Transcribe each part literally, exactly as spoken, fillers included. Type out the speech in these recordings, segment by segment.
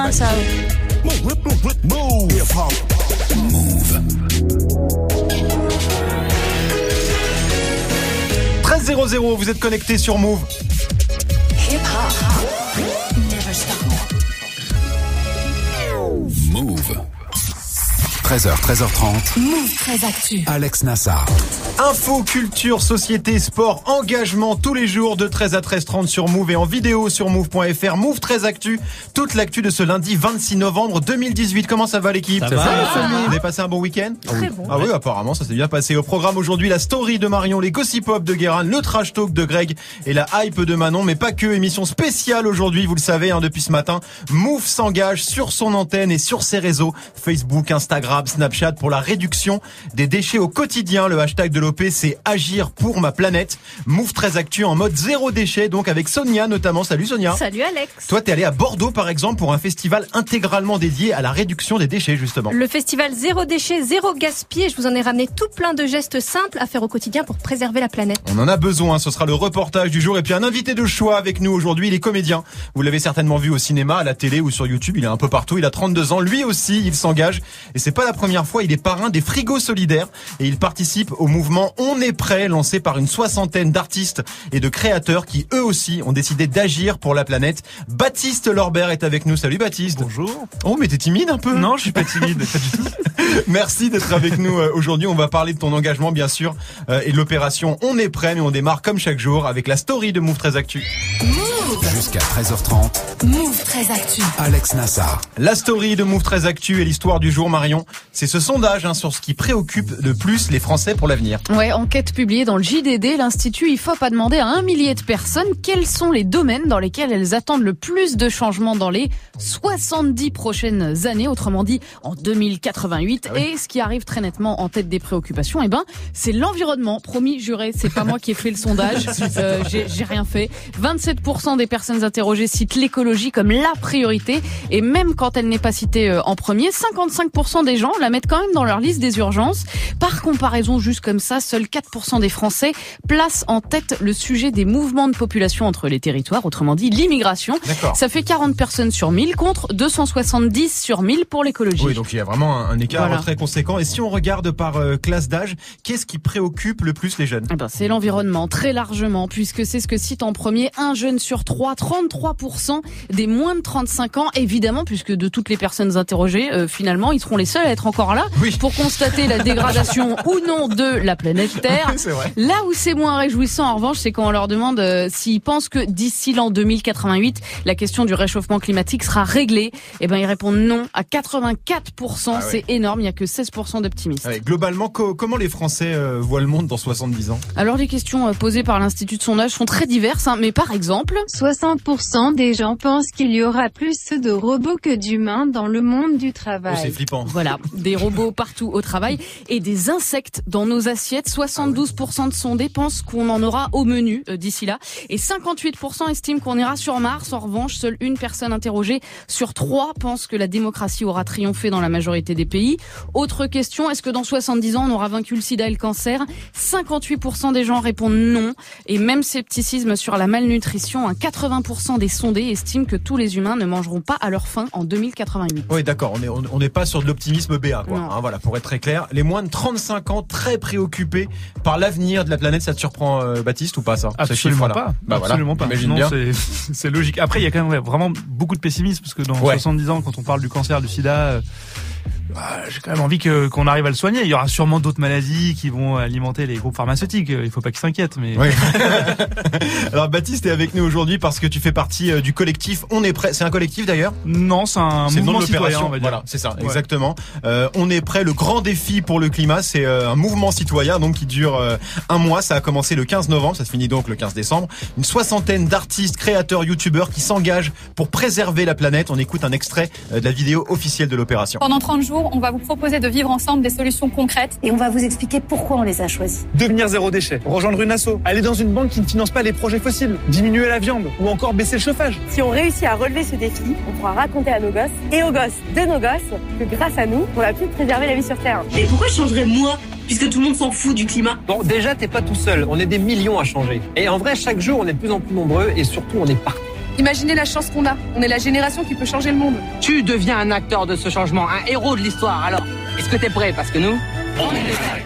bien ça. Move. treize zéro zéro, vous êtes connectés sur Move. Move. treize heures, treize heures trente. Move treize Actu. Alex Nassar. Info, culture, société, sport, engagement, tous les jours de treize à treize trente sur Move et en vidéo sur move point f r. Move treize Actu, toute l'actu de ce lundi vingt-six novembre deux mille dix-huit. Comment ça va l'équipe? Ça, ça va, va. Vous avez passé un bon week-end? Très bon. Ah oui, apparemment, ça s'est bien passé. Au programme aujourd'hui, la story de Marion, les gossip pop de Guérin, le trash talk de Greg et la hype de Manon. Mais pas que, émission spéciale aujourd'hui, vous le savez, hein, depuis ce matin. Move s'engage sur son antenne et sur ses réseaux, Facebook, Instagram, Snapchat, pour la réduction des déchets au quotidien. Le hashtag de l'O P, c'est agir pour ma planète. Move treize Actu en mode zéro déchet, donc avec Sonia notamment. Salut Sonia. Salut Alex. Toi, t'es allé à Bordeaux par exemple pour un festival intégralement dédié à la réduction des déchets justement. Le festival Zéro Déchet, Zéro Gaspillé. Je vous en ai ramené tout plein de gestes simples à faire au quotidien pour préserver la planète. On en a besoin, ce sera le reportage du jour et puis un invité de choix avec nous aujourd'hui, il est comédien. Vous l'avez certainement vu au cinéma, à la télé ou sur YouTube, il est un peu partout, il a trente-deux ans, lui aussi il s'engage et c'est pas la première fois, il est parrain des frigos solidaires et il participe au mouvement On est prêt, lancé par une soixantaine d'artistes et de créateurs qui eux aussi ont décidé d'agir pour la planète. Baptiste Lorbert est avec nous, salut Baptiste. Bonjour. Oh mais t'es timide un peu. Non, je suis pas timide, pas du tout. Merci d'être avec nous aujourd'hui. On va parler de ton engagement, bien sûr, et de l'opération On est prêt, mais on démarre comme chaque jour avec la story de Move treize Actu. Move. Jusqu'à treize heures trente. Move treize Actu. Alex Nassar. La story de Move treize Actu et l'histoire du jour, Marion. C'est ce sondage hein, sur ce qui préoccupe le plus les Français pour l'avenir. Ouais, enquête publiée dans le J D D, l'Institut I F O P a demandé à un millier de personnes quels sont les domaines dans lesquels elles attendent le plus de changements dans les soixante-dix prochaines années, autrement dit en deux mille quatre-vingt-huit. Ah oui. Et ce qui arrive très nettement en tête des préoccupations, eh ben, c'est l'environnement. Promis, juré, c'est pas moi qui ai fait le sondage, euh, j'ai, j'ai rien fait. vingt-sept pour cent des personnes interrogées citent l'écologie comme la priorité, et même quand elle n'est pas citée euh, en premier, cinquante-cinq pour cent des gens la mettent quand même dans leur liste des urgences. Par comparaison, juste comme ça, seuls quatre pour cent des Français placent en tête le sujet des mouvements de population entre les territoires, autrement dit l'immigration. D'accord. Ça fait quarante personnes sur mille contre deux cent soixante-dix sur mille pour l'écologie. Oui, donc il y a vraiment un, un écart voilà. très conséquent. Et si on regarde par euh, classe d'âge, qu'est-ce qui préoccupe le plus les jeunes? Eh ben, c'est l'environnement, très largement, puisque c'est ce que cite en premier un jeune sur trois, trente-trois pour cent des moins de trente-cinq ans, évidemment, puisque de toutes les personnes interrogées, euh, finalement, ils seront les seuls à être encore là oui. pour constater la dégradation ou non de la planète Terre. C'est vrai. Là où c'est moins réjouissant, en revanche, c'est quand on leur demande euh, s'ils pensent que d'ici l'an deux mille quatre-vingt-huit, la question du réchauffement climatique sera réglée. Eh ben, ils répondent non à quatre-vingt-quatre pour cent. Ah ouais. C'est énorme, il n'y a que seize pour cent d'optimistes. Ouais, globalement, co- comment les Français euh, voient le monde dans soixante-dix ans? Alors, les questions euh, posées par l'Institut de sondage sont très diverses, hein, mais par exemple... soixante pour cent des gens pensent qu'il y aura plus de robots que d'humains dans le monde du travail. Oh, c'est flippant. Voilà, des robots partout au travail et des insectes dans nos assiettes. soixante-douze pour cent de sondés pensent qu'on en aura au menu euh, d'ici là. Et cinquante-huit pour cent estiment qu'on ira sur Mars. En revanche, seule une personne interrogée sur trois pense que la démocratie aura triomphé dans la majorité des pays. Autre question, est-ce que dans soixante-dix ans, on aura vaincu le sida et le cancer? cinquante-huit pour cent des gens répondent non. Et même scepticisme sur la malnutrition. quatre-vingts pour cent des sondés estiment que tous les humains ne mangeront pas à leur faim en deux mille quatre-vingt-huit. Oui, d'accord. On est, on n'est pas sur de l'optimisme B A, quoi. Hein, voilà, pour être très clair. Les moins de trente-cinq ans, très préoccupés par l'avenir de la planète. Ça te surprend, euh, Baptiste, ou pas, ça? Absolument pas. Bah Absolument voilà, pas. Imagine Non, bien. c'est, c'est logique. Après, il y a quand même vraiment beaucoup de pessimisme parce que dans ouais. soixante-dix ans, quand on parle du cancer, du sida, euh, bah, j'ai quand même envie que, qu'on arrive à le soigner. Il y aura sûrement d'autres maladies qui vont alimenter les groupes pharmaceutiques. Il faut pas qu'ils s'inquiètent, mais. Oui. Alors, Baptiste est avec nous aujourd'hui parce que tu fais partie euh, du collectif On est prêt. C'est un collectif d'ailleurs? Non, c'est un c'est mouvement le nom de citoyen, l'opération. on va dire. Voilà, c'est ça, ouais. exactement. Euh, On est prêt. Le grand défi pour le climat, c'est euh, un mouvement citoyen donc qui dure euh, un mois. Ça a commencé le quinze novembre, ça se finit donc le quinze décembre. Une soixantaine d'artistes, créateurs, youtubeurs qui s'engagent pour préserver la planète. On écoute un extrait euh, de la vidéo officielle de l'opération. Pendant trente jours, on va vous proposer de vivre ensemble des solutions concrètes. Et on va vous expliquer pourquoi on les a choisis. Devenir zéro déchet, rejoindre une asso, aller dans une banque qui ne finance pas les projets fossiles, diminuer la viande ou encore baisser le chauffage. Si on réussit à relever ce défi, on pourra raconter à nos gosses et aux gosses de nos gosses que grâce à nous, on a pu préserver la vie sur Terre. Et pourquoi je changerais moi, puisque tout le monde s'en fout du climat? Bon, déjà, t'es pas tout seul. On est des millions à changer. Et en vrai, chaque jour, on est de plus en plus nombreux et surtout, on est partout. Imaginez la chance qu'on a. On est la génération qui peut changer le monde. Tu deviens un acteur de ce changement, un héros de l'histoire. Alors, est-ce que t'es prêt? Parce que nous, on est prêts.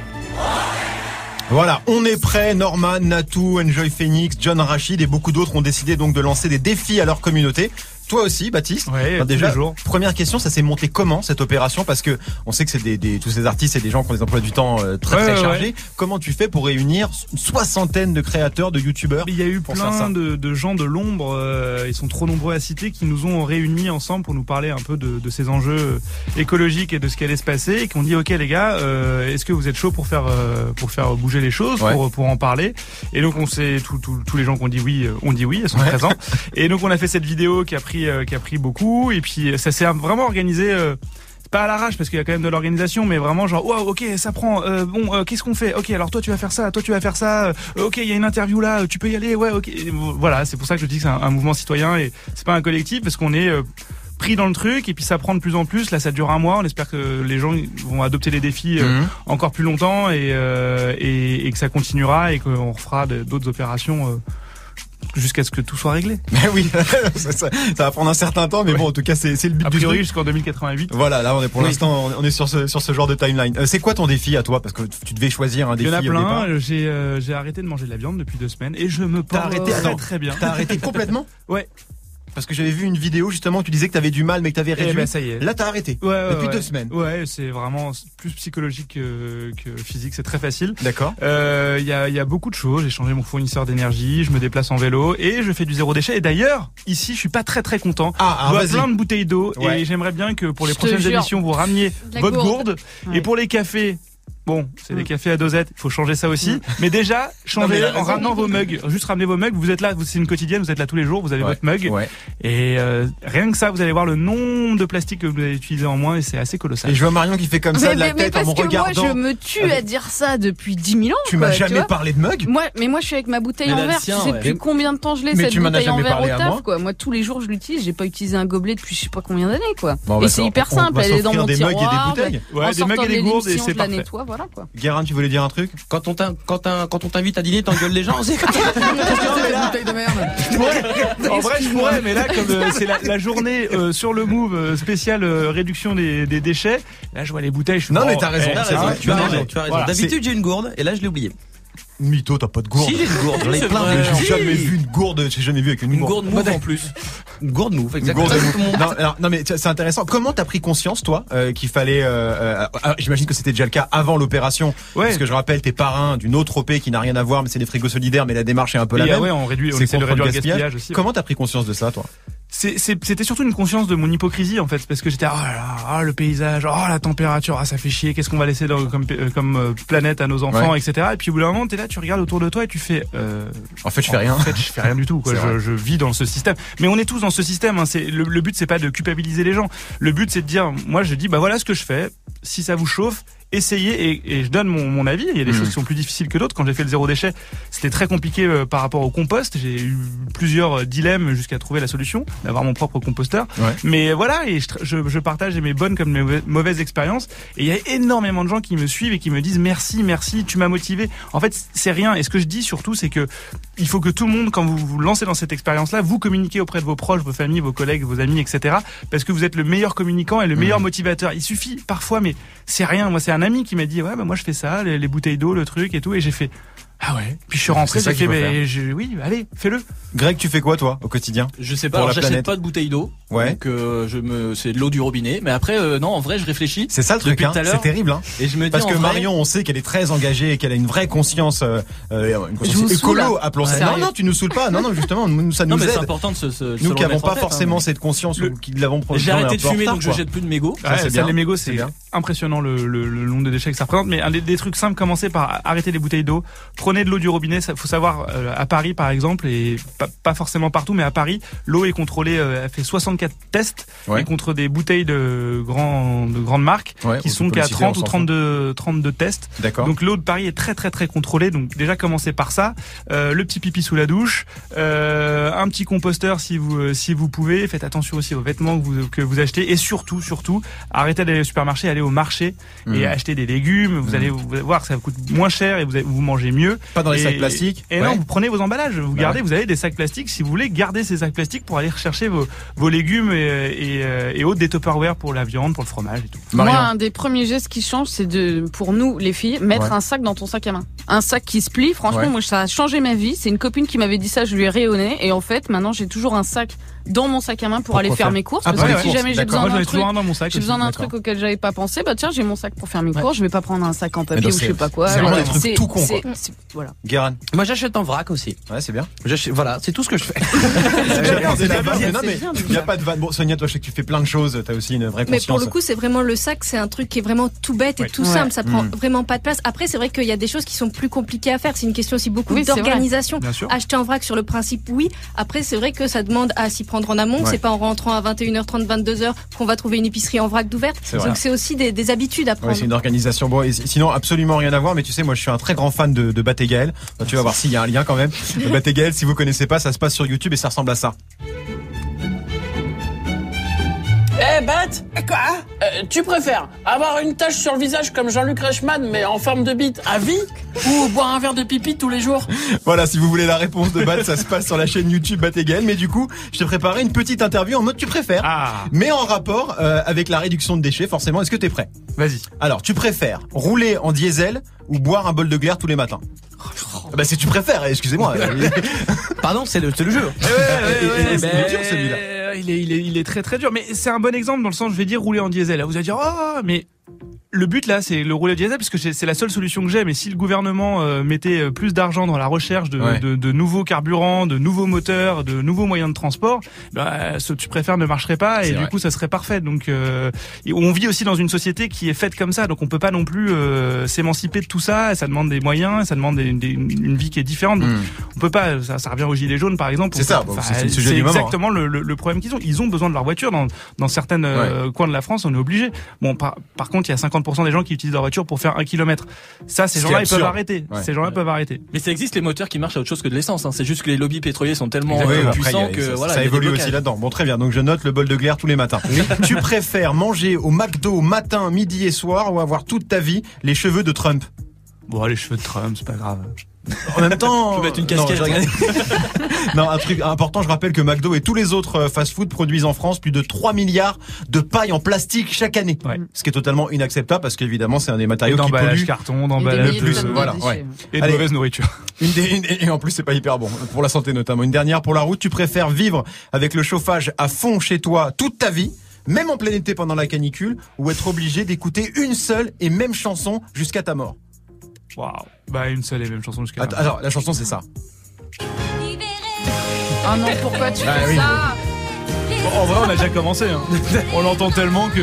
Voilà, on est prêt. Norman, Natou, Enjoy Phoenix, John Rachid et beaucoup d'autres ont décidé donc de lancer des défis à leur communauté. Toi aussi, Baptiste. Ouais, enfin, déjà, tous les jours. Première question, ça s'est monté comment cette opération? Parce que on sait que c'est des, des tous ces artistes, c'est des gens qui ont des emplois du temps euh, très ouais, très ouais, chargés. ouais. Comment tu fais pour réunir une soixantaine de créateurs, de youtubeurs? Il y a eu pour faire ça plein de, de gens de l'ombre, euh, ils sont trop nombreux à citer, qui nous ont réunis ensemble pour nous parler un peu de, de ces enjeux écologiques et de ce qui allait se passer, et qui ont dit ok les gars, euh, est-ce que vous êtes chaud pour faire euh, pour faire bouger les choses, ouais. pour pour en parler? Et donc on s'est tous tout, tous les gens qui ont dit oui, ont dit oui, elles sont ouais. présents. Et donc on a fait cette vidéo qui a pris euh, qui a pris beaucoup. Et puis ça s'est vraiment organisé, euh, pas à l'arrache parce qu'il y a quand même de l'organisation, mais vraiment genre wow, ok ça prend, euh, bon euh, qu'est-ce qu'on fait, ok alors toi tu vas faire ça, toi tu vas faire ça, euh, ok il y a une interview là, tu peux y aller, ouais ok. Et voilà, c'est pour ça que je dis que c'est un, un mouvement citoyen et c'est pas un collectif, parce qu'on est euh, pris dans le truc et puis ça prend de plus en plus. Là ça dure un mois, on espère que les gens vont adopter les défis euh, mmh. encore plus longtemps et, euh, et, et que ça continuera et qu'on refera de, d'autres opérations euh, jusqu'à ce que tout soit réglé. Mais oui, ça, ça, ça va prendre un certain temps, mais ouais. bon, en tout cas, c'est, c'est le but a du priori truc. Jusqu'en deux mille quatre-vingt-huit. Voilà, là, on est pour oui. l'instant, on est sur ce sur ce genre de timeline. Euh, c'est quoi ton défi à toi? Parce que tu devais choisir un défi. Il y en a au départ. plein. J'ai euh, j'ai arrêté de manger de la viande depuis deux semaines et je me porte arrêté, très attends, très bien. T'as arrêté complètement? Ouais. Parce que j'avais vu une vidéo justement où tu disais que t'avais du mal mais que t'avais réduit. Eh ben, ça y est. Là t'as arrêté. Ouais, ouais, depuis ouais. deux semaines. Ouais, c'est vraiment plus psychologique que, que physique, c'est très facile. D'accord. Il euh, y a il y a beaucoup de choses. J'ai changé mon fournisseur d'énergie, je me déplace en vélo et je fais du zéro déchet. Et d'ailleurs ici je suis pas très très content. Ah, je vois vas-y. plein de bouteilles d'eau ouais. et j'aimerais bien que pour les je prochaines émissions vous rameniez votre gourde, gourde. Ouais. Et pour les cafés. Bon, c'est mmh. des cafés à dosette, il faut changer ça aussi. Mmh. Mais déjà, changez en ramenant vos mugs. Juste ramenez vos mugs, vous êtes là, c'est une quotidienne, vous êtes là tous les jours, vous avez ouais. votre mug. Ouais. Et euh, rien que ça, vous allez voir le nombre de plastique que vous allez utiliser en moins et c'est assez colossal. Et je vois Marion qui fait comme ça mais, de la mais, tête mais en me regardant. Moi, je me tue à dire ça depuis dix mille ans. Tu quoi, m'as jamais tu parlé de mug? Moi, mais moi, je suis avec ma bouteille mais en verre. sien, tu sais ouais. depuis combien de temps je l'ai, mais cette tu m'en as bouteille en jamais verre au parlé à taf, moi. quoi. Moi, tous les jours, je l'utilise. J'ai pas utilisé un gobelet depuis je sais pas combien d'années, quoi. Bon, et c'est hyper on, simple. on Elle est dans mon des tiroir. mugs et des bouteilles. Ouais, des mugs et des gourdes et c'est je la parfait. nettoie, voilà, quoi. Guérin, tu voulais dire un truc? Quand on t'in- quand t'in- quand on t'invite à dîner, t'engueules les gens, c'est comme ça. Une bouteille de merde. Je pourrais, en vrai, je pourrais, mais là, comme euh, c'est la, la journée euh, sur le move euh, spéciale euh, réduction des, des déchets, là, je vois les bouteilles, je suis Non, bon, mais t'as raison, eh, T'as c'est raison, vrai, tu as non, raison, mais- tu as raison. voilà, D'habitude, j'ai une gourde, et là, je l'ai oublié. Mytho, t'as pas de gourde. Si, j'ai une gourde, j'en ai C'est plein. vrai, de- J'ai jamais vu une gourde, j'ai jamais vu avec une, Une gourde move en plus. Une gourde move, Une exactement. gourde move. Non, alors, non mais c'est intéressant. Comment t'as pris conscience, toi, euh, qu'il fallait euh, euh, j'imagine que c'était déjà le cas avant l'opération, ouais. parce que je rappelle, t'es parrain d'une autre O P qui n'a rien à voir, mais c'est des frigos solidaires, mais la démarche est un peu la Et, même. ouais, on réduit, on C'est essaie de contre le réduire le gaspillage. gaspillage aussi. Comment t'as pris conscience de ça, toi? C'est, c'est, c'était surtout une conscience de mon hypocrisie en fait, parce que j'étais oh là là, oh, le paysage, oh la température, ah ça fait chier, qu'est-ce qu'on va laisser dans, comme euh, comme euh, planète à nos enfants, ouais. et cetera. Et puis au bout d'un moment, t'es là, tu regardes autour de toi et tu fais. Euh, en fait, je fais rien. En fait, je fais rien du tout. Quoi. Je, je vis dans ce système. Mais on est tous dans ce système. Hein. C'est le, le but, c'est pas de culpabiliser les gens. Le but, c'est de dire, moi, je dis, bah voilà ce que je fais. Si ça vous chauffe, essayez et, et je donne mon, mon avis. Il y a des mmh. choses qui sont plus difficiles que d'autres. Quand j'ai fait le zéro déchet, c'était très compliqué euh, par rapport au compost. J'ai eu plusieurs euh, dilemmes jusqu'à trouver la solution, d'avoir mon propre composteur. Ouais. Mais voilà, et je, je, je partage mes bonnes comme mes mauvaises expériences. Et il y a énormément de gens qui me suivent et qui me disent merci, merci, tu m'as motivé. En fait, c'est rien. Et ce que je dis surtout, c'est que il faut que tout le monde, quand vous vous lancez dans cette expérience-là, vous communiquez auprès de vos proches, vos familles, vos collègues, vos amis, et cetera. Parce que vous êtes le meilleur communicant et le meilleur mmh. motivateur. Il suffit parfois, mais c'est rien. Moi, c'est un ami qui m'a dit ouais, bah moi je fais ça, les, les bouteilles d'eau, le truc et tout, et j'ai fait ah ouais. Puis je suis rentré, j'ai fait mais je, oui, allez, fais-le. Greg, tu fais quoi toi au quotidien? Je sais pas, alors, j'achète pas de bouteille d'eau. Ouais. Donc euh, je me c'est de l'eau du robinet, mais après euh, non, en vrai, je réfléchis. C'est ça le truc hein, c'est terrible hein. Et je me dis parce que vrai, Marion, on sait qu'elle est très engagée et qu'elle a une vraie conscience euh, une conscience écolo, appelons ça. Non non, tu nous saoules pas. Non non, justement, nous ça nous non, mais aide. C'est important de se, se nous qui n'avons pas tête, forcément hein, cette conscience ou qui l'avons. J'ai arrêté de fumer donc je jette plus de mégots. Ça les mégots, c'est impressionnant le le nombre de déchets que ça représente, mais un des trucs simples, commencez par arrêter les bouteilles d'eau, prenez de l'eau du robinet. Faut savoir, euh, à Paris par exemple, et pas, pas forcément partout, mais à Paris, l'eau est contrôlée, euh, elle fait soixante vingt-quatre tests Ouais. et contre des bouteilles de grands de grandes marques Ouais, qui on sont peut qu'à le citer, trente on ou s'en trente-deux trente-deux tests. D'accord. Donc l'eau de Paris est très très très contrôlée. Donc déjà commencez par ça. Euh, le petit pipi sous la douche, euh, un petit composteur si vous euh, si vous pouvez. Faites attention aussi aux vêtements que vous que vous achetez et surtout surtout arrêtez d'aller au supermarché, allez au marché Mmh. et achetez des légumes. Vous Mmh. allez vous allez voir que ça vous coûte moins cher et vous allez- vous mangez mieux. Pas dans les Et- sacs plastiques. Et Ouais. non, vous prenez vos emballages. Vous Bah gardez. ouais. Vous avez des sacs plastiques. Si vous voulez, gardez ces sacs plastiques pour aller rechercher vos vos légumes et et, euh, et autres, des Tupperware pour la viande, pour le fromage et tout. Moi, Marion. un des premiers gestes qui change, c'est de, pour nous, les filles, mettre Ouais. un sac dans ton sac à main. Un sac qui se plie. Franchement, Ouais. moi, ça a changé ma vie. C'est une copine qui m'avait dit ça, je lui ai rayonné. Et en fait, maintenant, j'ai toujours un sac dans mon sac à main pour Pourquoi aller faire faire mes courses. Ah, parce pour que les si courses, jamais j'ai d'accord. besoin Moi, j'en d'un ai truc, toujours un dans mon sac. j'ai besoin aussi. d'un d'accord. truc auquel j'avais pas pensé, bah tiens, j'ai mon sac pour faire mes Ouais. courses. Je vais pas prendre un sac en papier donc ou je c'est- sais pas quoi. c'est vraiment Voilà. des trucs C'est- tout cons, c'est- quoi. c'est- Voilà. Guérin. Moi, j'achète en vrac aussi. Ouais, c'est bien. J'achète- Voilà, c'est tout ce que je fais. C'est la vanne, mais non, c'est mais bien, il y a pas de vanne. Bon, Sonia, toi, je sais que tu fais plein de choses. T'as aussi une vraie Mais conscience. pour le coup, c'est vraiment le sac, c'est un truc qui est vraiment tout bête et Ouais. tout Ouais. simple. Ça prend Mm. vraiment pas de place. Après, c'est vrai qu'il y a des choses qui sont plus compliquées à faire. C'est une question aussi beaucoup Oui, c'est vrai. d'organisation. Bien sûr. Acheter en vrac sur le principe, oui. Après, c'est vrai que ça demande à s'y prendre en amont. Ouais. C'est pas en rentrant à vingt et une heures trente, vingt-deux heures qu'on va trouver une épicerie en vrac d'ouverte. C'est vrai. Donc c'est aussi des, des habitudes à Ouais, prendre. c'est une organisation. Bon, et sinon, absolument rien à voir, mais tu sais, moi, je suis un très grand fan de, de Bat et Gaël. Donc, tu vas voir s'il y a un lien quand même. Bat et Gaël, si vous connaissez pas, ça se passe sur YouTube et ça ressemble à ça. Eh, Bat, quoi euh, Tu préfères avoir une tache sur le visage comme Jean-Luc Reichmann, mais en forme de bite à vie, ou boire un verre de pipi tous les jours? Voilà, si vous voulez la réponse de Bat, ça se passe sur la chaîne YouTube Bat et Gaël. Mais du coup, je t'ai préparé une petite interview en mode tu préfères. Ah, Mais en rapport euh, avec la réduction de déchets, forcément. Est-ce que t'es prêt? vas-y. Alors, tu préfères rouler en diesel ou boire un bol de glaire tous les matins? Ah bah, c'est tu préfères, excusez-moi. Pardon, c'est le, c'est le jeu. Et- et- et- c'est Ben, dur, celui-là. Il est, il est, il est très très dur. Mais c'est un bon exemple dans le sens, je vais dire rouler en diesel. Là, vous allez dire, oh, mais le but là, c'est le rouler au diesel parce que c'est c'est la seule solution que j'ai. Mais si le gouvernement euh, mettait euh, plus d'argent dans la recherche de, Ouais. de, de nouveaux carburants, de nouveaux moteurs, de nouveaux moyens de transport, bah, ce tu préfères ne marcherait pas et C'est du vrai. coup, ça serait parfait. Donc, euh, et on vit aussi dans une société qui est faite comme ça. Donc, on peut pas non plus euh, s'émanciper de tout ça. Ça demande des moyens, ça demande des, des- une vie qui est différente. Donc, Mm. on peut pas. Ça, ça revient aux gilets jaunes, par exemple. C'est On ça, peut- bon, enfin, c'est le sujet c'est du moment, hein. exactement le, le, le problème qu'ils ont. Ils ont besoin de leur voiture dans, dans certaines euh, coins de la France. On est obligé. Bon, par, par contre, il y a cinquante pour cent des gens qui utilisent leur voiture pour faire un kilomètre. Ça, ces Ce qui gens-là, est ils peuvent absurde. arrêter. Ouais. Ces gens-là peuvent arrêter. Mais ça existe les moteurs qui marchent à autre chose que de l'essence. Hein. C'est juste que les lobbies pétroliers sont tellement Oui, euh, après, il y puissants a- que ça, voilà. ça il y a des évolue blocages. aussi là-dedans. Bon, très bien. Donc, je note le bol de glaire tous les matins. Tu préfères manger au McDo matin, midi et soir ou avoir toute ta vie les cheveux de Trump? Bon, les cheveux de Trump, c'est pas grave. En même temps, Je peux mettre une non, casquette. je rigole. Non, un truc important, je rappelle que McDo et tous les autres euh, fast-food produisent en France plus de trois milliards de pailles en plastique chaque année. Ouais. Ce qui est totalement inacceptable parce qu'évidemment, c'est un des Et matériaux qui d'emballage polluent. carton, Et des d'emballage milliers de plus, tonnes de voilà, déchets. ouais. et de Allez. mauvaise nourriture. Une des- une- et en plus, c'est pas hyper bon pour la santé notamment. Une dernière pour la route. Tu préfères vivre avec le chauffage à fond chez toi toute ta vie, même en plein été pendant la canicule, ou être obligé d'écouter une seule et même chanson jusqu'à ta mort? Waouh. Bah, une seule et même chanson jusqu'à. Attends, alors, la chanson, c'est ça. Ah non, pourquoi tu Ah fais oui. ça? Bon, en vrai, on a déjà commencé. Hein. On l'entend tellement que.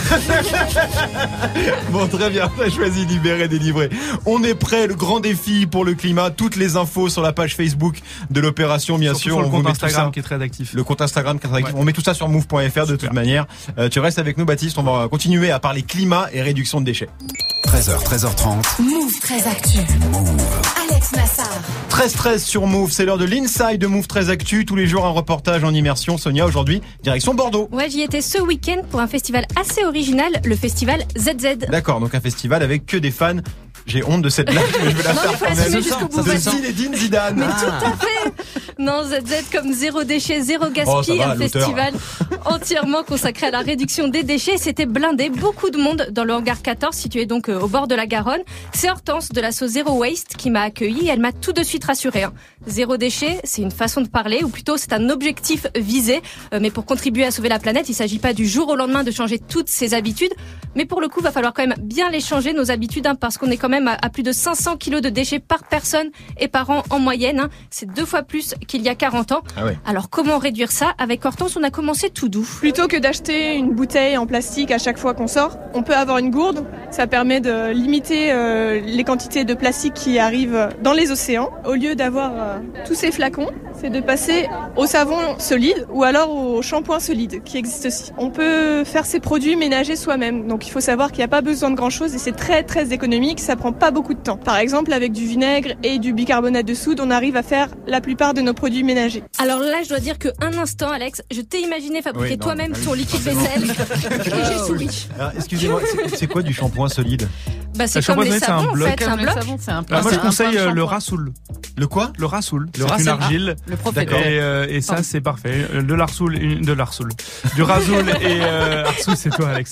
Bon, très bien, t'as choisi Libéré, Délivré. On est prêt, le grand défi pour le climat. Toutes les infos sur la page Facebook de l'opération, bien Surtout sûr. sur le on vous compte met tout Instagram ça. qui est très actif. Le compte Instagram, qui est très actif. Ouais. On met tout ça sur move point f r de toute manière. Euh, tu restes avec nous, Baptiste. On va continuer à parler climat et réduction de déchets. treize heures, treize heures trente. Move très actu. Alex Nassar. treize treize sur Move, c'est l'heure de l'Inside de Move très Actu. Tous les jours, un reportage en immersion. Sonia, aujourd'hui, direction Bordeaux. Ouais, j'y étais ce week-end pour un festival assez original, le festival Z Z. D'accord, donc un festival avec que des fans. J'ai honte de cette blague, mais je vais la Non, faire mais faut quand même. l'assumer jusqu'au bout, De vas-y. Zinedine Zidane. Mais tout à fait. Non, Z Z comme zéro déchet, zéro Oh, ça gaspille, va, un l'auteur. festival entièrement consacré à la réduction des déchets. C'était blindé, beaucoup de monde dans le hangar quatorze, situé donc euh, au bord de la Garonne. C'est Hortense de l'asso Zero Waste qui m'a accueilli. Elle m'a tout de suite rassurée. Hein. Zéro déchet, c'est une façon de parler, ou plutôt c'est un objectif visé. Euh, mais pour contribuer à sauver la planète, il s'agit pas du jour au lendemain de changer toutes ses habitudes. Mais pour le coup, va falloir quand même bien les changer, nos habitudes, hein, parce qu'on est quand même à, à plus de cinq cents kilos de déchets par personne et par an en moyenne. Hein. C'est deux fois plus qu'il y a quarante ans. Ah ouais. Alors comment réduire ça? Avec Hortense, on a commencé tout doux. Plutôt que d'acheter une bouteille en plastique à chaque fois qu'on sort, on peut avoir une gourde Ça permet de limiter euh, les quantités de plastique qui arrivent dans les océans. Au lieu d'avoir euh, tous ces flacons, c'est de passer au savon solide ou alors au shampoing solide qui existe aussi. On peut faire ces produits ménagers soi-même. Donc il faut savoir qu'il n'y a pas besoin de grand-chose et c'est très très économique, ça prend pas beaucoup de temps. Par exemple, avec du vinaigre et du bicarbonate de soude, on arrive à faire la plupart de nos produits ménagers. Alors là, je dois dire qu'un instant, Alex, je t'ai imaginé fabriquer oui, non, toi-même oui, ton liquide vaisselle et j'ai souri. Alors, excusez-moi, c'est, c'est quoi du shampoing solide? Bah c'est comme les savons en fait, c'est un bloc. C'est un Alors moi je conseille euh, le rassoul. Le quoi? Le rassoul. Le c'est rassoul. une argile. Le profil. Et, euh, et ça c'est parfait. De l'arsoul, une, de l'arsoul. Du rasoul et euh, arsoul c'est toi Alex.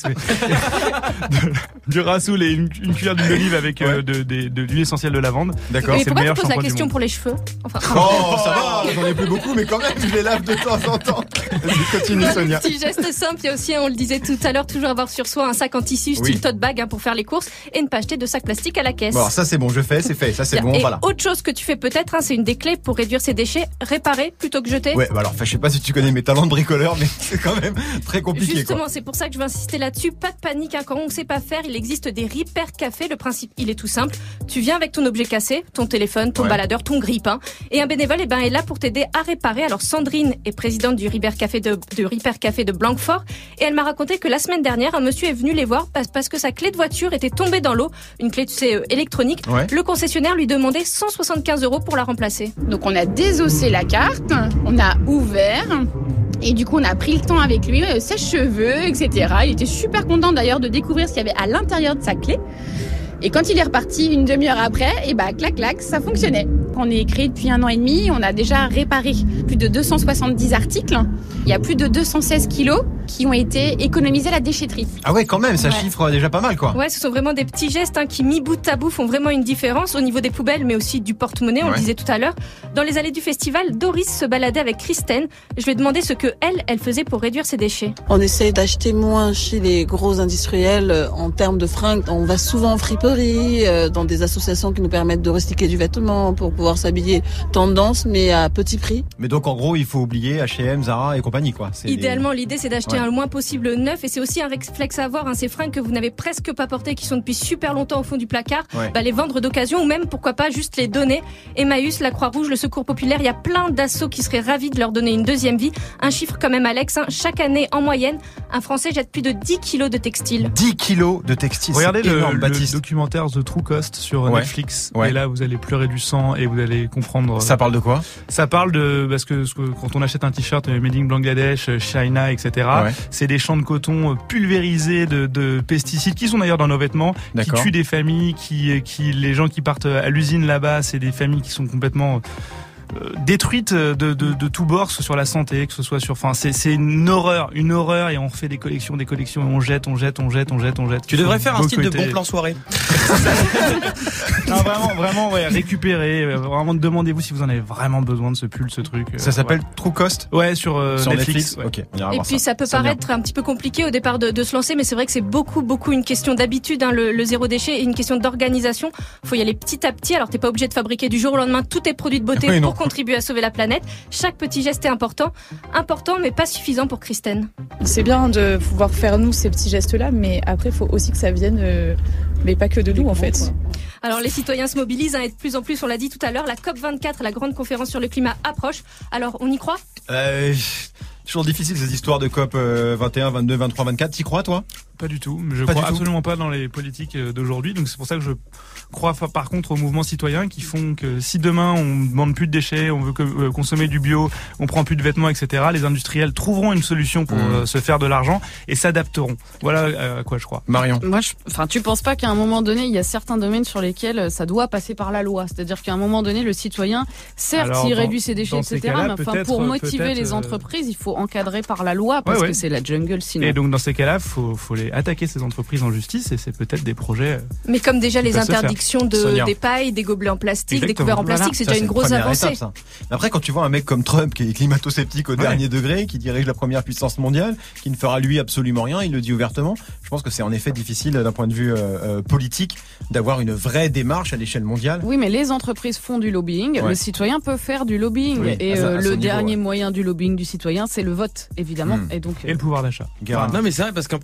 de, du rassoul et une, une cuillère d'huile d'olive avec euh, de, de, de l'huile essentielle de lavande. D'accord. Mais c'est pourquoi le tu poses la question pour les cheveux? Enfin. Oh ça va, j'en ai plus beaucoup mais quand même je les lave de temps en temps. Vas-y, continue Sonia. Petit geste simple, il y a aussi, on le disait tout à l'heure, toujours avoir sur soi un sac en tissu style Oui. tote bag hein, pour faire les courses et ne pas acheter de sac plastique à la caisse. Bon alors ça c'est bon, je fais, c'est fait, ça c'est bon, et voilà. autre chose que tu fais peut-être, hein, c'est une des clés pour réduire ses déchets, réparer plutôt que jeter. Ouais, bah alors je sais pas si tu connais mes talents de bricoleur mais c'est quand même très compliqué. Justement, quoi. c'est pour ça que je veux insister là-dessus. Pas de panique, hein, quand on ne sait pas faire, il existe des repair cafés. Le principe, il est tout simple. Tu viens avec ton objet cassé, ton téléphone, ton Ouais. baladeur, ton grille-pain, et un bénévole, eh ben, est là pour t'aider à réparer. Alors Sandrine est présidente du repair café de, de repair café de Blanquefort, et elle m'a raconté que la semaine dernière, un monsieur est venu les voir parce, parce que sa clé de voiture était tombée dans l'eau, une clé, tu sais, euh, électronique. Ouais. Le concessionnaire lui demandait cent soixante-quinze euros pour la remplacer. Donc on a désossé la carte, on a ouvert et du coup on a pris le temps avec lui, euh, sèche-cheveux, et cetera. Il était super content d'ailleurs de découvrir ce qu'il y avait à l'intérieur de sa clé. Et quand il est reparti une demi-heure après, et bah clac clac, ça fonctionnait. On est créé depuis un an et demi, on a déjà réparé plus de deux cent soixante-dix articles. Il y a plus de deux cent seize kilos qui ont été économisés à la déchetterie. Ah ouais quand même, ça Ouais. chiffre déjà pas mal quoi. Ouais, ce sont vraiment des petits gestes hein, qui, mis bout à bout, font vraiment une différence au niveau des poubelles, mais aussi du porte-monnaie, on Ouais. le disait tout à l'heure. Dans les allées du festival, Doris se baladait avec Christine. Je lui ai demandé ce que elle, elle faisait pour réduire ses déchets. On essaie d'acheter moins chez les gros industriels euh, en termes de fringues. On va souvent en friperie, euh, dans des associations qui nous permettent de recycler du vêtement pour pouvoir s'habiller tendance, mais à petit prix. Mais donc en gros il faut oublier H et M, Zara et compagnie quoi. C'est Idéalement, l'idée, c'est d'acheter Ouais. un le moins possible neuf, et c'est aussi un réflexe à avoir, hein, ces fringues que vous n'avez presque pas portées, qui sont depuis super longtemps au fond du placard, Ouais. bah, les vendre d'occasion, ou même, pourquoi pas, juste les donner. Emmaüs, la Croix-Rouge, le Secours Populaire, il y a plein d'assauts qui seraient ravis de leur donner une deuxième vie. Un chiffre quand même, Alex, hein, chaque année, en moyenne, un Français jette plus de dix kilos de textiles. dix kilos de textiles. Regardez c'est le, énorme, le Baptiste. documentaire The True Cost sur Ouais. Netflix. Ouais. Et là, vous allez pleurer du sang et vous allez comprendre. Ça parle de quoi? Ça parle de parce que, parce que quand on achète un t-shirt euh, Made in Bangladesh, euh, China, et cetera. Ouais. C'est des champs de coton euh, pulvérisés de, de pesticides qui sont d'ailleurs dans nos vêtements, qui D'accord. tuent des familles, qui, qui les gens qui partent à l'usine là-bas, c'est des familles qui sont complètement euh, détruites de, de, de tout bord, que ce soit sur la santé, que ce soit sur, enfin, c'est, c'est une horreur, une horreur, et on refait des collections, des collections, et on jette, on jette, on jette, on jette, on jette. Tu devrais faire un style de Boycotter. bon plan soirée. Non, vraiment, vraiment, ouais, récupérer, euh, vraiment demandez-vous si vous en avez vraiment besoin de ce pull, ce truc. euh, Ça s'appelle ouais. True Cost? Ouais, sur, euh, Sur Netflix. Netflix. Ouais. Ok, on ira Et voir puis ça, peut Sonia. paraître un petit peu compliqué au départ de, de se lancer, mais c'est vrai que c'est beaucoup, beaucoup une question d'habitude, hein, le, le zéro déchet, et une question d'organisation. Faut y aller petit à petit. Alors t'es pas obligé de fabriquer du jour au lendemain tous tes produits de beauté Oui, non. pour contribuer à sauver la planète. Chaque petit geste est important, important, mais pas suffisant pour Christine. C'est bien de pouvoir faire nous ces petits gestes-là, mais après, il faut aussi que ça vienne, euh, mais pas que de nous en fait. Alors les citoyens se mobilisent, hein, et de plus en plus, on l'a dit tout à l'heure, la COP vingt-quatre, la grande conférence sur le climat, approche. Alors on y croit? Euh, toujours difficile ces histoires de COP euh, vingt et un, vingt-deux, vingt-trois, vingt-quatre. T'y crois toi? Pas du tout. Je Pas crois du tout. absolument pas dans les politiques euh, d'aujourd'hui. Donc c'est pour ça que je crois fa- par contre aux mouvements citoyens qui font que si demain on demande plus de déchets, on veut que, euh, consommer du bio, on prend plus de vêtements, et cetera. Les industriels trouveront une solution pour Mmh. euh, se faire de l'argent et s'adapteront. Voilà euh, à quoi je crois. Marion. Moi, je, enfin, tu penses pas qu'à un moment donné, il y a certains domaines sur lesquels euh, ça doit passer par la loi. C'est-à-dire qu'à un moment donné, le citoyen, certes, Alors, il dans- réduit ses déchets, dans et ces cetera. cas-là, Mais enfin, peut-être, pour motiver peut-être, les euh, entreprises, il faut encadrer par la loi parce Ouais, ouais. que c'est la jungle sinon. Et donc dans ces cas-là, faut faut les attaquer ces entreprises en justice et c'est peut-être des projets. euh, Mais comme déjà qui les peuvent se faire. interdictions de, Sonia. des pailles, des gobelets en plastique, des Exactement. couverts en Voilà. plastique, c'est Ça, déjà une une grosse première avancée. étape, ça. Mais après, quand tu vois un mec comme Trump qui est climato-sceptique au Ouais. dernier degré, qui dirige la première puissance mondiale, qui ne fera lui absolument rien, il le dit ouvertement, je pense que c'est en effet difficile d'un point de vue euh, euh, politique d'avoir une vraie démarche à l'échelle mondiale. Oui, mais les entreprises font du lobbying. Ouais. Le citoyen peut faire du lobbying. Oui, et à sa- à euh, son le niveau, dernier ouais. moyen du lobbying du citoyen, c'est le vote, évidemment. Mm. Et donc, Et le pouvoir d'achat. Guérin. Non mais c'est vrai parce qu'en plus les industries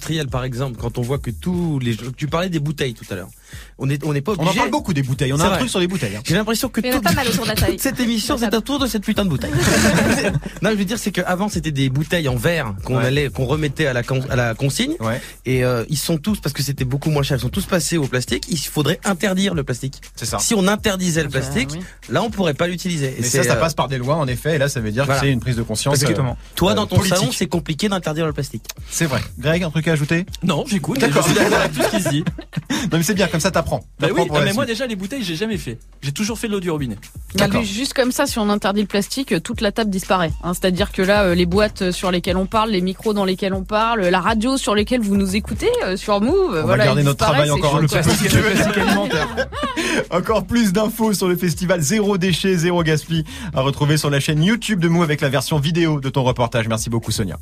industriels, par exemple, quand on voit que tous les, tu parlais des bouteilles tout à l'heure. On est, on n'est pas obligé. On en parle beaucoup des bouteilles. On a un truc sur les bouteilles. Hein. J'ai l'impression que toute, pas mal autour de la taille. toute cette émission, c'est un tour de cette putain de bouteille. Non, je veux dire, c'est qu'avant, c'était des bouteilles en verre qu'on ouais. allait, qu'on remettait à la, con, à la consigne. Ouais. Et euh, ils sont tous, parce que c'était beaucoup moins cher, ils sont tous passés au plastique. Il faudrait interdire le plastique. C'est ça. Si on interdisait le plastique, ah, oui. là, on pourrait pas l'utiliser. Et ça, ça passe par des lois, en effet. Et là, ça veut dire voilà. que c'est une prise de conscience. Exactement. Euh, Toi, dans ton politique. salon, c'est compliqué d'interdire le plastique. C'est vrai. Greg, un truc à ajouter? Non, j'écoute. D'accord. Je suis d'accord avec tout ce qu'il se dit. Non, mais c'est bien, comme ça, t'apprends. Bah oui, ah, mais moi, déjà, les bouteilles, j'ai jamais fait. J'ai toujours fait de l'eau du robinet. D'accord. Juste comme ça, si on interdit le plastique, toute la table disparaît. Hein, c'est-à-dire que là, les boîtes sur lesquelles on parle, les micros dans lesquels on parle, la radio sur lesquelles vous nous écoutez, euh, sur Move, on voilà, va garder notre travail encore un petit peu. Encore plus d'infos sur le festival Zéro Déchet, Zéro Gaspille à retrouver sur la chaîne YouTube de Move avec la version vidéo de ton reportage. Merci beaucoup, Sonia.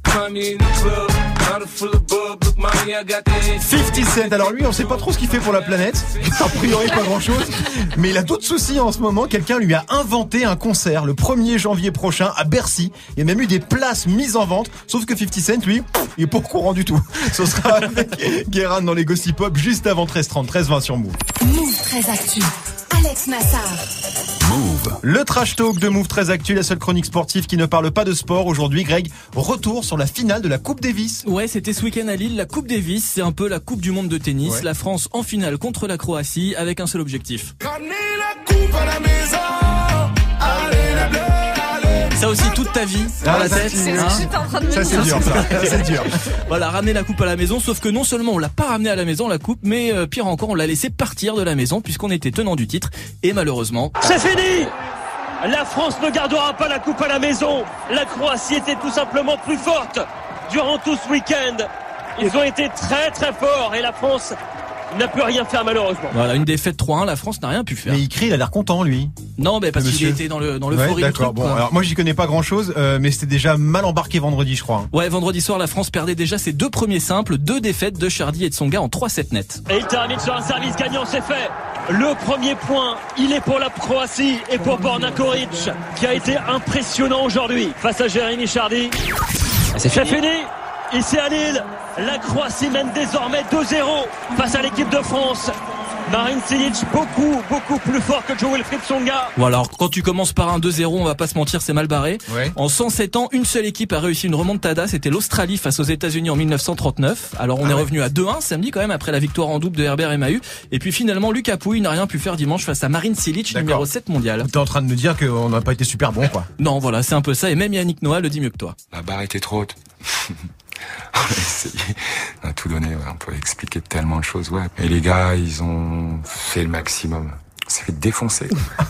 fifty Cent, alors lui on sait pas trop ce qu'il fait pour la planète, a priori pas grand chose, mais il a d'autres soucis en ce moment. Quelqu'un lui a inventé un concert le premier janvier prochain à Bercy. Il y a même eu des places mises en vente, sauf que fifty Cent lui, il est pas au courant du tout. Ce sera avec Guérin dans les Gossip Pop juste avant treize trente, treize vingt sur Move. Move très actu, Alex Nassar. Move. Le trash talk de Move très actu, la seule chronique sportive qui ne parle pas de sport. Aujourd'hui, Greg, retour sur la finale de la Coupe Davis. Ouais, c'était ce week-end à Lille. La Coupe Davis, c'est un peu la Coupe du monde de tennis. Ouais. La France en finale contre la Croatie avec un seul objectif. Ramener la coupe à la maison. Allez, la bleue. Ça aussi toute ta vie dans ah, la tête. C'est hein ça c'est dur ça. C'est dur. Voilà, ramener la coupe à la maison, sauf que non seulement on l'a pas ramené à la maison la coupe, mais euh, pire encore, on l'a laissé partir de la maison puisqu'on était tenant du titre et malheureusement, c'est fini. La France ne gardera pas la coupe à la maison. La Croatie était tout simplement plus forte durant tout ce week-end. Ils ont été très très forts et la France n'a pu rien faire malheureusement. Voilà, une défaite trois un, la France n'a rien pu faire. Mais il crie, il a l'air content lui. Non, mais parce qu'il était dans le dans l'euphorie ouais, d'accord. du truc. Bon, alors moi j'y connais pas grand-chose, euh, mais c'était déjà mal embarqué vendredi, je crois. Ouais, vendredi soir, la France perdait déjà ses deux premiers simples, deux défaites de Chardy et de Tsonga en trois sept nets. Et il termine sur un service gagnant, c'est fait. Le premier point, il est pour la Croatie et pour Borna Koric, qui a été impressionnant aujourd'hui face à Jérémy Chardy. C'est fini. C'est fini. Ici à Lille, la Croatie mène désormais deux zéro face à l'équipe de France. Marin Cilic beaucoup, beaucoup plus fort que Jo-Wilfried Tsonga. Bon alors, quand tu commences par un deux zéro, on va pas se mentir, c'est mal barré. Ouais. En cent sept ans, une seule équipe a réussi une remontada, c'était l'Australie face aux États-Unis en mille neuf cent trente-neuf. Alors on ah est ouais. revenu à deux un samedi quand même après la victoire en double de Herbert et Mahut. Et puis finalement, Lucas Pouille n'a rien pu faire dimanche face à Marin Cilic, numéro sept mondial. T'es en train de me dire qu'on n'a pas été super bon, quoi. Non, voilà, c'est un peu ça. Et même Yannick Noah le dit mieux que toi. La barre était trop haute. On a essayé, on a tout donné, ouais. On peut expliquer tellement de choses, ouais. Et les gars, ils ont fait le maximum. On s'est fait défoncer.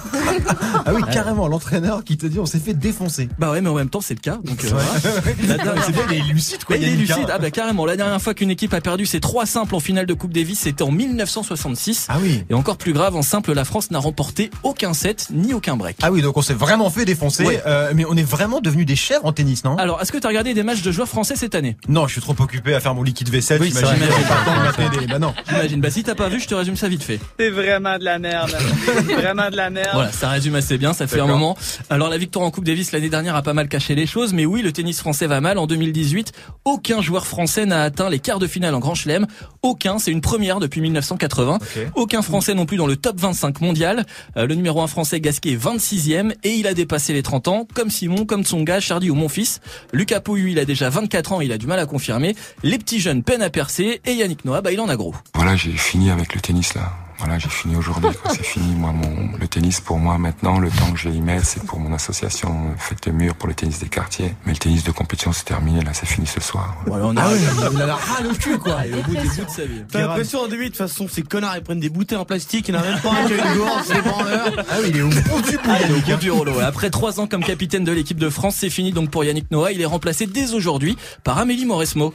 Ah oui, carrément, l'entraîneur qui te dit on s'est fait défoncer. Bah ouais, mais en même temps c'est le cas. Donc euh, la dernière... c'est bien, il est lucide quoi. Il est lucide. Ah bah carrément. La dernière fois qu'une équipe a perdu ses trois simples en finale de Coupe Davis, c'était en mille neuf cent soixante-six. Ah oui. Et encore plus grave, en simple, la France n'a remporté aucun set ni aucun break. Ah oui, donc on s'est vraiment fait défoncer. Ouais. Euh, mais on est vraiment devenus des chèvres en tennis, non? Alors, est-ce que t'as regardé des matchs de joueurs français cette année? Non, je suis trop occupé à faire mon liquide vaisselle. Oui, j'imagine. Des... Bah non. J'imagine. Bah si t'as pas vu, je te résume ça vite fait. C'est vraiment de la merde. Vraiment de la merde. Voilà, ça résume assez bien, ça fait D'accord. un moment. Alors la victoire en Coupe Davis l'année dernière a pas mal caché les choses, mais oui, le tennis français va mal. En deux mille dix-huit, aucun joueur français n'a atteint les quarts de finale en Grand Chelem. Aucun, c'est une première depuis mille neuf cent quatre-vingts. Okay. Aucun français non plus dans le top vingt-cinq mondial. Euh, le numéro un français Gasquet est vingt-sixième et il a dépassé les trente ans, comme Simon, comme Tsonga, Chardy ou Monfils. Lucas Pouille, il a déjà vingt-quatre ans, il a du mal à confirmer. Les petits jeunes peinent à percer et Yannick Noah, bah il en a gros. Voilà, j'ai fini avec le tennis là. Voilà, j'ai fini aujourd'hui, c'est fini. Moi, mon, le tennis pour moi maintenant, le temps que je vais y mettre, c'est pour mon association Faites le mur pour le tennis des quartiers. Mais le tennis de compétition, c'est terminé, là, c'est fini ce soir. Voilà, on a, ah oui, il a la râle au cul, quoi. Et au bout des bouts de sa vie. T'as l'impression, en début, de toute façon, ces connards, ils prennent des bouteilles en plastique, il n'a même pas un qui a une gourde, c'est branleur. Ah oui, il est au bout du bout. Ah, il est au bout du rouleau. Après trois ans comme capitaine de l'équipe de France, c'est fini donc pour Yannick Noah. Il est remplacé dès aujourd'hui par Amélie Mauresmo.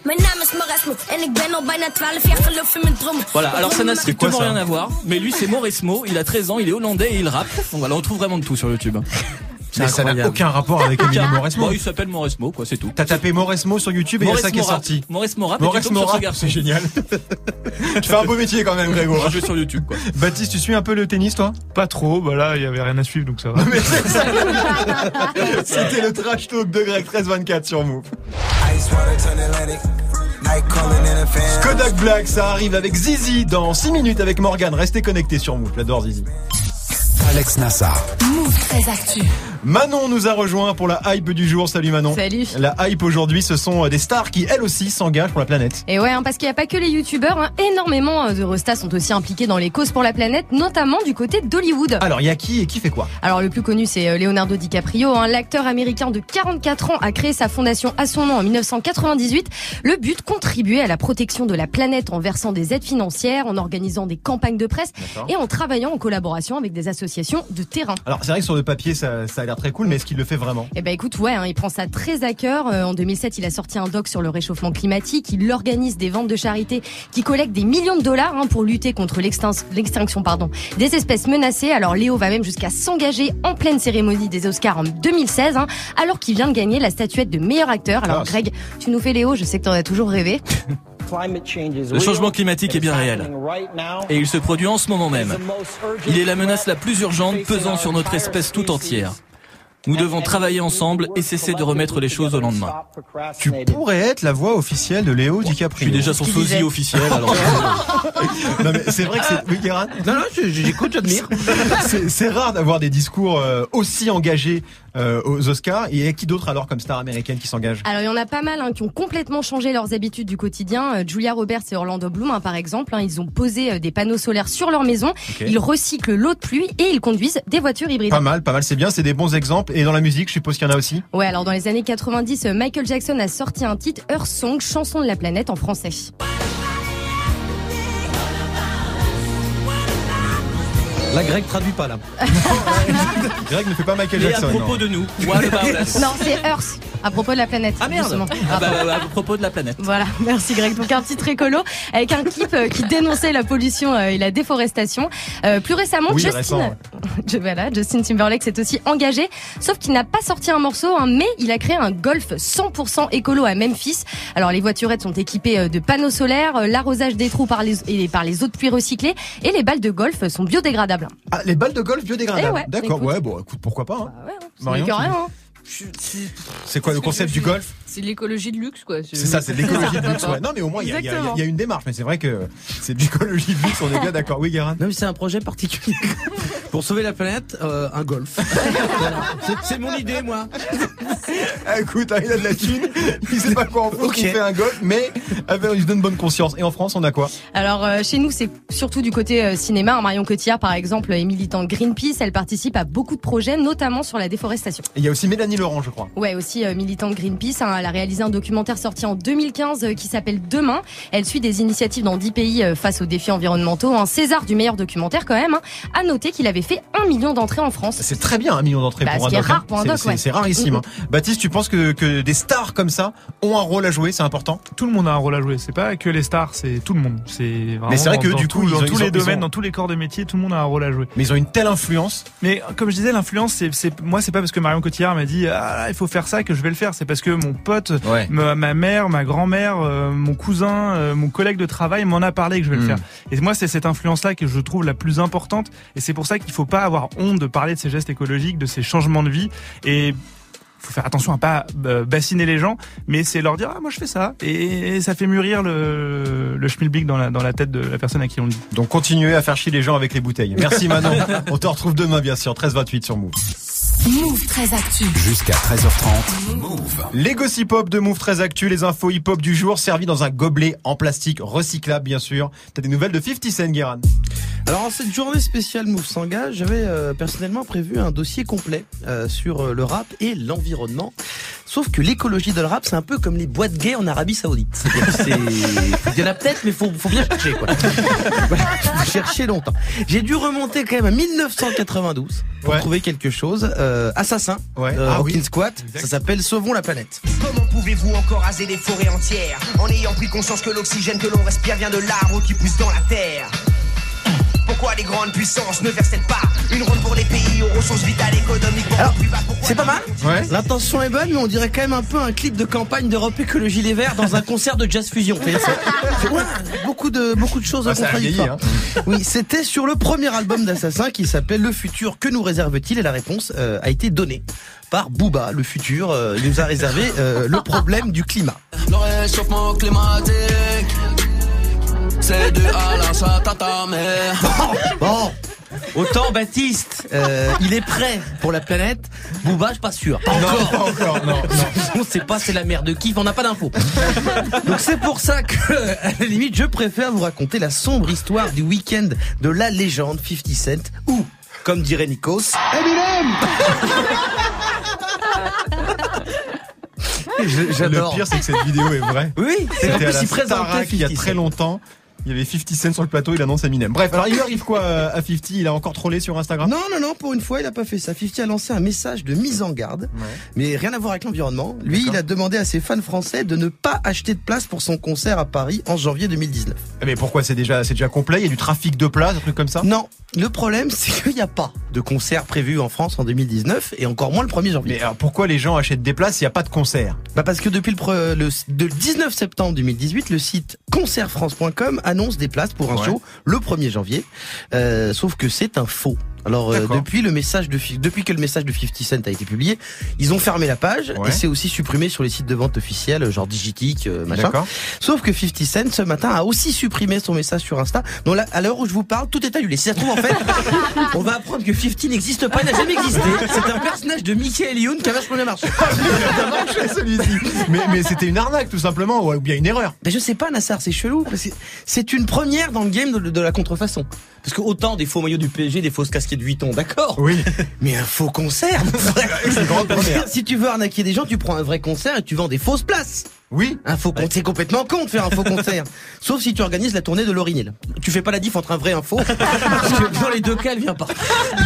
Voilà, alors ça n'a strictement rien à voir, mais lui, c'est Mauresmo. Il a treize ans, il est hollandais et il rappe. Donc voilà, on trouve vraiment de tout sur YouTube. Mais ça n'a aucun rapport avec Émilie Mauresmo. Bon, il s'appelle Mauresmo, quoi, c'est tout. T'as tapé Mauresmo sur YouTube et il y a ça qui est sorti. Mauresmo rap. Mauresmo rap, c'est génial. Tu fais un beau métier quand même, Grégo. Je vais sur YouTube, quoi. Baptiste, tu suis un peu le tennis, toi? Pas trop, bah là, il y avait rien à suivre, donc ça va. Mais c'est ça. C'était le trash talk de Greg treize vingt-quatre sur Move. Kodak Black, ça arrive avec Zizi dans six minutes avec Morgane. Restez connectés sur Move, j'adore Zizi. Alex Nassar. Move très actu. Manon nous a rejoint pour la hype du jour. Salut Manon. Salut. La hype aujourd'hui, ce sont des stars qui elles aussi s'engagent pour la planète. Et ouais, hein, parce qu'il n'y a pas que les youtubeurs, hein, énormément de restas sont aussi impliqués dans les causes pour la planète, notamment du côté d'Hollywood. Alors il y a qui et qui fait quoi? Alors le plus connu c'est Leonardo DiCaprio, hein, l'acteur américain de quarante-quatre ans a créé sa fondation à son nom en dix-neuf cent quatre-vingt-dix-huit. Le but, contribuer à la protection de la planète en versant des aides financières, en organisant des campagnes de presse D'accord. et en travaillant en collaboration avec des associations de terrain. Alors c'est vrai que sur le papier ça, ça a l'air très cool, mais est-ce qu'il le fait vraiment? Eh ben écoute, ouais, hein, il prend ça très à cœur. Euh, en deux mille sept, il a sorti un doc sur le réchauffement climatique. Il organise des ventes de charité qui collectent des millions de dollars hein, pour lutter contre l'extinction, l'extinction pardon, des espèces menacées. Alors Léo va même jusqu'à s'engager en pleine cérémonie des Oscars en deux mille seize, hein, alors qu'il vient de gagner la statuette de meilleur acteur. Alors Classe. Greg, tu nous fais Léo, je sais que t'en as toujours rêvé. Le changement climatique est bien réel. Et il se produit en ce moment même. Il est la menace la plus urgente pesant sur notre espèce tout entière. Nous devons travailler ensemble et cesser de remettre les choses au lendemain. Tu pourrais être la voix officielle de Léo DiCaprio. Je suis déjà son sosie officiel, alors. Non mais c'est vrai que c'est... Oui, Guérin ? Non, non, j'écoute, j'admire. C'est, c'est rare d'avoir des discours euh, aussi engagés euh, aux Oscars. Et qui d'autre alors comme star américaine qui s'engage? Alors il y en a pas mal hein, qui ont complètement changé leurs habitudes du quotidien. Euh, Julia Roberts et Orlando Bloom hein, par exemple, hein, ils ont posé euh, des panneaux solaires sur leur maison. Okay. Ils recyclent l'eau de pluie et ils conduisent des voitures hybrides. Pas mal, pas mal, c'est bien, c'est des bons exemples. Et dans la musique, je suppose qu'il y en a aussi? Ouais, alors dans les années quatre-vingt-dix, Michael Jackson a sorti un titre, Earth Song, chanson de la planète en français. La Greg traduit pas là. Greg ne fait pas Michael Et Jackson. à propos non. de nous. What about us? Non, c'est Earth, à propos de la planète. Ah merde. Ah bah, à propos de la planète. Voilà, merci Greg. Donc un titre écolo avec un clip qui dénonçait la pollution et la déforestation. Euh, plus récemment, oui, Justin, récent, ouais. voilà, Justin Timberlake s'est aussi engagé, sauf qu'il n'a pas sorti un morceau, hein, mais il a créé un golf cent pour cent écolo à Memphis. Alors les voiturettes sont équipées de panneaux solaires, l'arrosage des trous par les, et par les eaux de pluie recyclées, et les balles de golf sont biodégradables. Ah, les balles de golf biodégradables. Eh ouais, d'accord, écoute. ouais, bon, écoute, pourquoi pas. Hein. Bah ouais, hein, c'est Marion, que rien. Hein. C'est quoi le concept du golf? C'est de l'écologie de luxe, quoi. C'est ça, c'est de l'écologie de luxe. Ouais. Non, mais au moins, il y, y, y a une démarche. Mais c'est vrai que c'est de l'écologie de luxe, on est bien d'accord. Oui, Guérin? Non, mais c'est un projet particulier. Pour sauver la planète, euh, un golf. Voilà. c'est, c'est mon idée, moi. Ah, écoute, hein, il a de la thune. Il sait pas quoi en France, okay. Il fait un golf, mais il se donne bonne conscience. Et en France, on a quoi? Alors, euh, chez nous, c'est surtout du côté euh, cinéma. Marion Cotillard, par exemple, est militante Greenpeace. Elle participe à beaucoup de projets, notamment sur la déforestation. Et il y a aussi Mélanie Laurent, je crois. Ouais, aussi euh, militante Greenpeace. Hein, elle a réalisé un documentaire sorti en deux mille quinze euh, qui s'appelle Demain. Elle suit des initiatives dans dix pays euh, face aux défis environnementaux. Un César du meilleur documentaire quand même. Hein. À noter qu'il avait fait un million d'entrées en France. C'est très bien, un million d'entrées bah, pour un doc. C'est rare pour un doc, c'est, ouais. c'est rarissime. Mm-hmm. Hein. Baptiste, tu penses que, que des stars comme ça ont un rôle à jouer? C'est important? Tout le monde a un rôle à jouer. C'est pas que les stars, c'est tout le monde. C'est vraiment mais c'est vrai que dans, du dans coup, tout, dans ont, tous les ont, domaines, ont... dans tous les corps de métier, tout le monde a un rôle à jouer. Mais ils ont une telle influence. Mais comme je disais, l'influence, c'est, c'est moi, c'est pas parce que Marion Cotillard m'a dit ah il faut faire ça que je vais le faire. C'est parce que mon pote, ouais. ma, ma mère, ma grand-mère, euh, mon cousin, euh, mon collègue de travail m'en a parlé que je vais mmh. le faire. Et moi, c'est cette influence-là que je trouve la plus importante. Et c'est pour ça qu'il faut pas avoir honte de parler de ces gestes écologiques, de ces changements de vie. Et faut faire attention à pas euh, bassiner les gens, mais c'est leur dire ah moi je fais ça et ça fait mûrir le le schmilblick dans la dans la tête de la personne à qui on le dit. Donc continuez à faire chier les gens avec les bouteilles. Merci Manon. On te retrouve demain bien sûr treize vingt-huit sur Move. Move très actu. Jusqu'à treize heures trente. Move. Les gossip hop de Move très actu, les infos hip hop du jour servis dans un gobelet en plastique recyclable bien sûr. T'as des nouvelles de fifty Cent, Guérin? Alors en cette journée spéciale Move s'engage, j'avais euh, personnellement prévu un dossier complet euh, sur euh, le rap et l'environnement. Sauf que l'écologie de le rap, c'est un peu comme les boîtes gays en Arabie Saoudite. C'est-à-dire que c'est... Il y en a peut-être, mais faut, faut bien chercher, quoi. Faut chercher longtemps. J'ai dû remonter quand même à dix-neuf cent quatre-vingt-douze pour ouais. trouver quelque chose. Euh, Assassin, ouais. euh, ah, Rockin' oui. Squat, exact. Ça s'appelle Sauvons la planète. Comment pouvez-vous encore raser des forêts entières en ayant pris conscience que l'oxygène que l'on respire vient de l'arbre qui pousse dans la terre? Pourquoi les grandes puissances ne versent-elles pas une ronde pour les pays aux ressources vitales économiques? Alors, c'est pas mal, ouais. L'intention est bonne, mais on dirait quand même un peu un clip de campagne d'Europe Écologie Les Verts dans un concert de jazz fusion. C'est, c'est, ouais, beaucoup de beaucoup de choses bah, contradictoires. Hein. Oui, c'était sur le premier album d'Assassin qui s'appelle Le futur, que nous réserve-t-il? Et la réponse euh, a été donnée par Booba. Le futur euh, il nous a réservé euh, le problème du climat. Le réchauffement climatique C'est de Alain à ta mère. Bon, autant Baptiste, euh, il est prêt pour la planète. Booba, je suis pas sûr. Pas Non, encore. pas encore, non, non. On sait pas, c'est la mère de kiff, on n'a pas d'infos. Donc c'est pour ça que, à la limite, je préfère vous raconter la sombre histoire du week-end de la légende cinquante Cent, ou, comme dirait Nikos, Eminem. Je- J'adore. Le pire, c'est que cette vidéo est vraie. Oui, c'est en C'était à plus la il présentait Starac il y a cinquante très Cent. longtemps. Il y avait cinquante Cent sur le plateau, il annonce Eminem. Bref, alors il lui arrive quoi euh, à cinquante? Il a encore trollé sur Instagram? Non, non, non, pour une fois, il a pas fait ça. cinquante a lancé un message de mise en garde, Ouais. mais rien à voir avec l'environnement. Lui, D'accord. il a demandé à ses fans français de ne pas acheter de place pour son concert à Paris en janvier deux mille dix-neuf. Mais pourquoi? C'est déjà, c'est déjà complet? Il y a du trafic de place, un truc comme ça? Non, le problème, c'est qu'il n'y a pas de concert prévu en France en deux mille dix-neuf et encore moins le premier janvier. Mais alors pourquoi les gens achètent des places s'il n'y a pas de concert? Bah parce que depuis le, pre- le, de dix-neuf septembre deux mille dix-huit, le site concert france point com annonce des places pour un Ouais. show le premier janvier. Euh, sauf que c'est un faux. Alors euh, D'accord. depuis le message de fi- depuis que le message de cinquante Cent a été publié, ils ont fermé la page Ouais. et c'est aussi supprimé sur les sites de vente officiels, genre Digitic, euh, machin. D'accord. Sauf que cinquante Cent ce matin a aussi supprimé son message sur Insta. Donc là, à l'heure où je vous parle, tout est annulé. Si ça se trouve en fait, on va apprendre que cinquante n'existe pas, il n'a jamais existé. C'est un personnage de Michael Youn qui a vachement bien marché. Il a marché, celui-ci. Mais, mais c'était une arnaque tout simplement, ou bien une erreur. Mais je sais pas, Nassar, c'est chelou, parce que c'est une première dans le game de, de la contrefaçon. Parce que autant des faux maillots du P S G, des fausses casquettes Vuitton, d'accord. Oui. Mais un faux concert, mon frère. C'est une grande première. Si tu veux arnaquer des gens, tu prends un vrai concert et tu vends des fausses places. Oui. Un faux concert, c'est complètement con de faire un faux concert. Sauf si tu organises la tournée de Laurie Hill. Tu fais pas la diff entre un vrai et un faux. Parce que dans les deux cas, elle vient pas.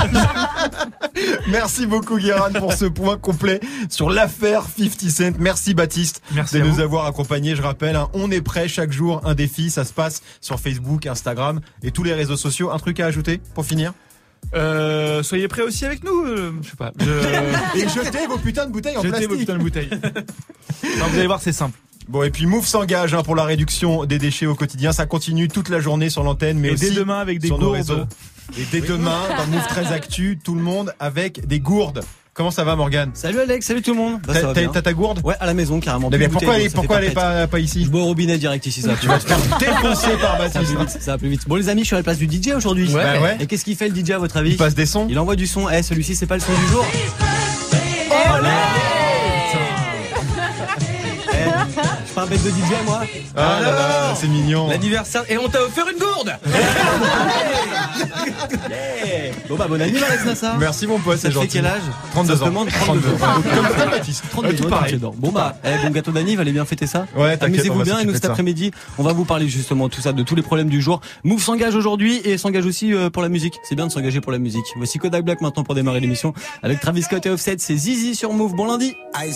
Merci beaucoup Guérin pour ce point complet sur l'affaire cinquante Cent. Merci Baptiste Merci de à nous vous. avoir accompagnés. Je rappelle, hein, on est prêt chaque jour, un défi. Ça se passe sur Facebook, Instagram et tous les réseaux sociaux. Un truc à ajouter pour finir? Euh, soyez prêts aussi avec nous. euh, je sais pas. Je... Et jetez vos putains de bouteilles en Jetez plastique. vos putains de bouteilles. Non, vous allez voir, c'est simple. Bon, et puis Move s'engage hein, pour la réduction des déchets au quotidien. Ça continue toute la journée sur l'antenne, mais Et aussi dès demain avec des sur nos gourdes. réseaux. Et dès demain, dans Move très Actu, tout le monde avec des gourdes. Comment ça va, Morgane? Salut Alex, salut tout le monde. Bah, ça T'as va t'as- bien. t'as ta gourde? Ouais, à la maison carrément. Mais Plus de pourquoi bouteilles, elle est, donc ça pourquoi fait elle est pas pas, pas ici? Je bois au robinet direct ici, ça. Tu vas te faire défoncer par Ça va Baptiste. plus vite, ça va plus vite. Bon les amis, je suis à la place du D J aujourd'hui. Ouais. Bah ouais. Et qu'est-ce qu'il fait le D J à votre avis? Il passe des sons. Il envoie du son. Eh, celui-ci c'est pas le son du jour. Eh, je suis pas un bête de D J moi. Ah là là, c'est mignon. L'anniversaire, et on t'a offert une gourde. Yeah. Bon bah bon anniversaire Alex Nassar. Merci mon pote, Ça c'est te fait gentil. quel âge? trente-deux Ça se ans. demande trente-deux ans. Comme comme Baptiste. trente-deux tout ans, pareil. j'adore. Bon bah, eh, bon gâteau d'anniv, allez bien fêter ça. Ouais, t'inquiète, on Amusez-vous va bien et s'occuper nous de cet ça. après-midi, on va vous parler justement de tout ça, de tous les problèmes du jour. Move s'engage aujourd'hui et s'engage aussi euh, pour la musique. C'est bien de s'engager pour la musique. Voici Kodak Black maintenant pour démarrer l'émission avec Travis Scott et Offset. C'est Zizi sur Move. Bon lundi.